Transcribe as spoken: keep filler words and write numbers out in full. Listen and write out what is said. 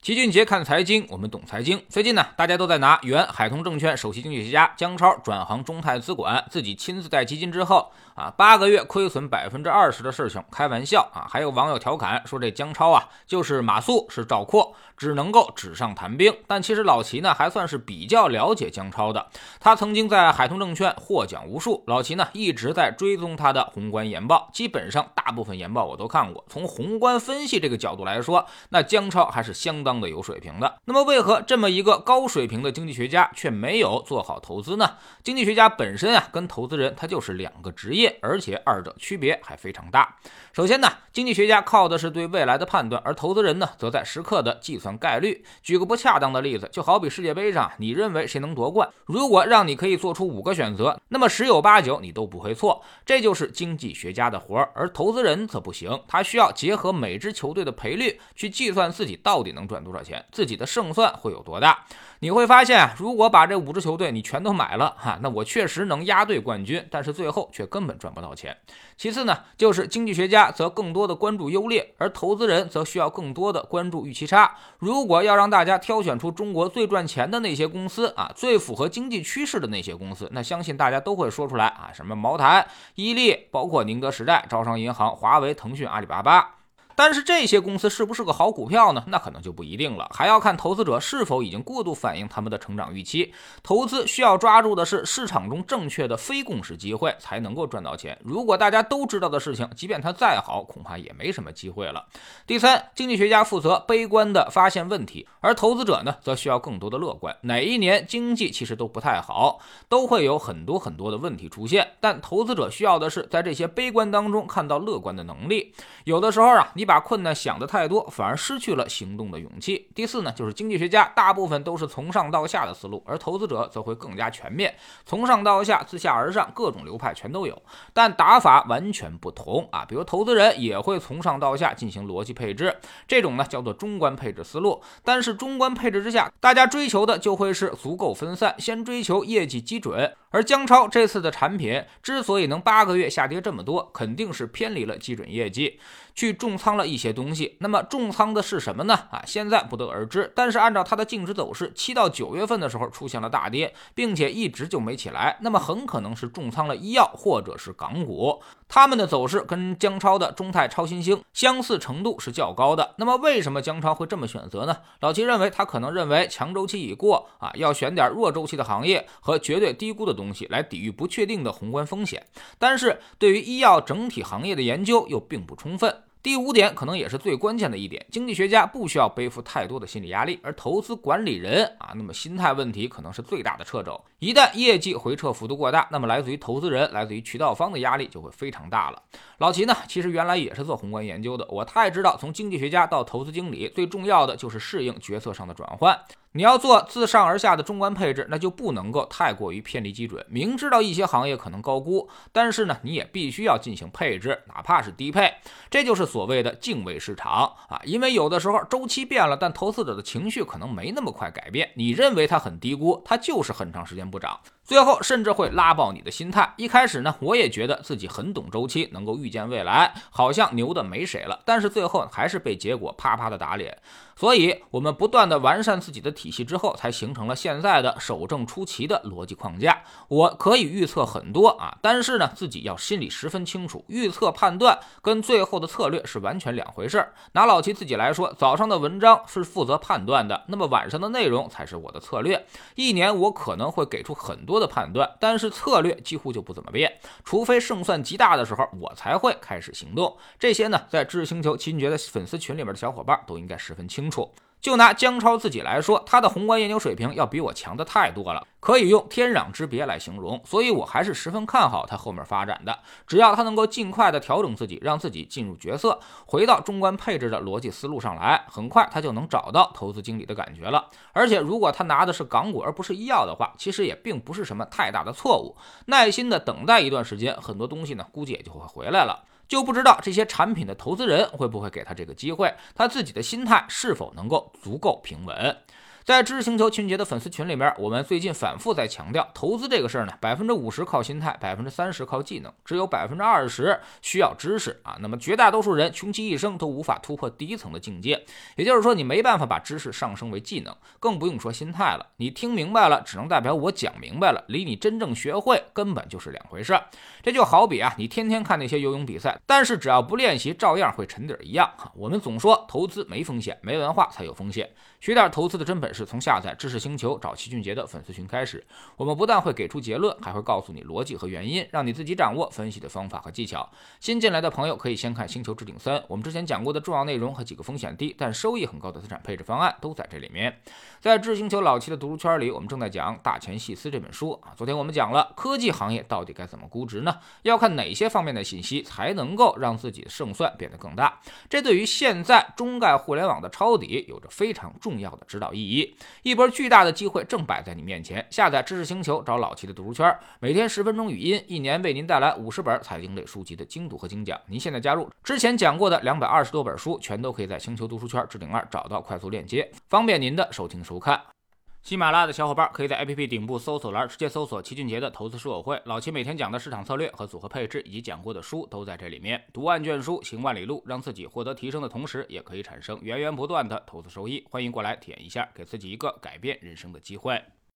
齐俊杰看财经，我们懂财经。最近呢，大家都在拿原海通证券首席经济学家姜超转行中泰资管，自己亲自带基金之后啊，八个月亏损百分之二十的事情开玩笑啊。还有网友调侃说这姜超啊就是马谡是赵括，只能够纸上谈兵。但其实老齐呢还算是比较了解姜超的，他曾经在海通证券获奖无数，老齐呢一直在追踪他的宏观研报，基本上大部分研报我都看过。从宏观分析这个角度来说，那姜超还是相当的有水平的。那么为何这么一个高水平的经济学家却没有做好投资呢？经济学家本身啊跟投资人他就是两个职业，而且二者区别还非常大。首先呢，经济学家靠的是对未来的判断，而投资人呢则在时刻的计算概率。举个不恰当的例子，就好比世界杯上你认为谁能夺冠，如果让你可以做出五个选择，那么十有八九你都不会错，这就是经济学家的活儿。而投资人则不行，他需要结合每支球队的赔率去计算自己到底能赚多少钱，自己的胜算会有多大。你会发现，如果把这五支球队你全都买了哈，那我确实能押对冠军，但是最后却根本赚不到钱。其次呢，就是经济学家则更多的关注优劣，而投资人则需要更多的关注预期差。如果要让大家挑选出中国最赚钱的那些公司啊，最符合经济趋势的那些公司，那相信大家都会说出来啊，什么茅台、伊利，包括宁德时代、招商银行、华为、腾讯、阿里巴巴。但是这些公司是不是个好股票呢？那可能就不一定了，还要看投资者是否已经过度反映他们的成长预期。投资需要抓住的是市场中正确的非共识机会，才能够赚到钱。如果大家都知道的事情，即便它再好，恐怕也没什么机会了。第三，经济学家负责悲观的发现问题，而投资者呢，则需要更多的乐观。哪一年经济其实都不太好，都会有很多很多的问题出现，但投资者需要的是在这些悲观当中看到乐观的能力。有的时候啊，你把困难想得太多，反而失去了行动的勇气。第四呢，就是经济学家大部分都是从上到下的思路，而投资者则会更加全面，从上到下，自下而上，各种流派全都有，但打法完全不同啊。比如投资人也会从上到下进行逻辑配置，这种呢叫做中观配置思路。但是中观配置之下，大家追求的就会是足够分散，先追求业绩基准。而姜超这次的产品之所以能八个月下跌这么多，肯定是偏离了基准业绩，去重仓了一些东西。那么重仓的是什么呢？啊，现在不得而知。但是按照它的净值走势，七到九月份的时候出现了大跌，并且一直就没起来，那么很可能是重仓了医药或者是港股。他们的走势跟姜超的中泰超新星相似程度是较高的。那么为什么姜超会这么选择呢？老齐认为他可能认为强周期已过啊，要选点弱周期的行业和绝对低估的东西来抵御不确定的宏观风险。但是对于医药整体行业的研究又并不充分。第五点可能也是最关键的一点，经济学家不需要背负太多的心理压力，而投资管理人啊，那么心态问题可能是最大的掣肘。一旦业绩回撤幅度过大，那么来自于投资人、来自于渠道方的压力就会非常大了。老齐呢，其实原来也是做宏观研究的，我太知道从经济学家到投资经理，最重要的就是适应决策上的转换。你要做自上而下的中观配置，那就不能够太过于偏离基准。明知道一些行业可能高估，但是呢，你也必须要进行配置，哪怕是低配。这就是所谓的敬畏市场啊，因为有的时候周期变了，但投资者的情绪可能没那么快改变。你认为它很低估，它就是很长时间不涨，最后甚至会拉爆你的心态。一开始呢，我也觉得自己很懂周期，能够预见未来，好像牛的没谁了，但是最后还是被结果啪啪的打脸。所以我们不断的完善自己的体系之后，才形成了现在的守正出奇的逻辑框架。我可以预测很多啊，但是呢，自己要心里十分清楚，预测判断跟最后的策略是完全两回事。拿老齐自己来说，早上的文章是负责判断的，那么晚上的内容才是我的策略。一年我可能会给出很多的判断，但是策略几乎就不怎么变，除非胜算极大的时候，我才会开始行动。这些呢，在知识星球齐俊杰的粉丝群里面的小伙伴都应该十分清楚。就拿姜超自己来说，他的宏观研究水平要比我强的太多了，可以用天壤之别来形容，所以我还是十分看好他后面发展的。只要他能够尽快的调整自己，让自己进入角色，回到中观配置的逻辑思路上来，很快他就能找到投资经理的感觉了。而且如果他拿的是港股而不是医药的话，其实也并不是什么太大的错误，耐心的等待一段时间，很多东西呢估计也就会回来了。就不知道这些产品的投资人会不会给他这个机会，他自己的心态是否能够足够平稳。 在知识星球齐俊杰的粉丝群里面，我们最近反复在强调，投资这个事儿呢，百分之五十靠心态，百分之三十靠技能，只有百分之二十需要知识啊。那么绝大多数人穷其一生都无法突破第一层的境界，也就是说，你没办法把知识上升为技能，更不用说心态了。你听明白了，只能代表我讲明白了，离你真正学会根本就是两回事。这就好比啊，你天天看那些游泳比赛，但是只要不练习，照样会沉底一样。我们总说投资没风险，没文化才有风险。学点投资的真本事，从下载知识星球找齐俊杰的粉丝群开始。我们不但会给出结论，还会告诉你逻辑和原因，让你自己掌握分析的方法和技巧。新进来的朋友可以先看《星球置顶三》，我们之前讲过的重要内容和几个风险低但收益很高的资产配置方案都在这里面。在知识星球老齐的读书圈里，我们正在讲《大钱细思》这本书啊。昨天我们讲了科技行业到底该怎么估值呢？要看哪些方面的信息才能够让自己的胜算变得更大？这对于现在中概互联网的抄底有着非常重要的指导意义。一波巨大的机会正摆在你面前，下载知识星球，找老齐的读书圈，每天十分钟语音，一年为您带来五十本财经类书籍的精读和精讲。您现在加入，之前讲过的两百二十多本书，全都可以在星球读书圈置顶二找到快速链接，方便您的收听收看。喜马拉雅的小伙伴可以在 A P P 顶部搜索栏直接搜索齐俊杰的投资书友会，老齐每天讲的市场策略和组合配置以及讲过的书都在这里面。读万卷书，行万里路，让自己获得提升的同时，也可以产生源源不断的投资收益。欢迎过来体验一下，给自己一个改变人生的机会。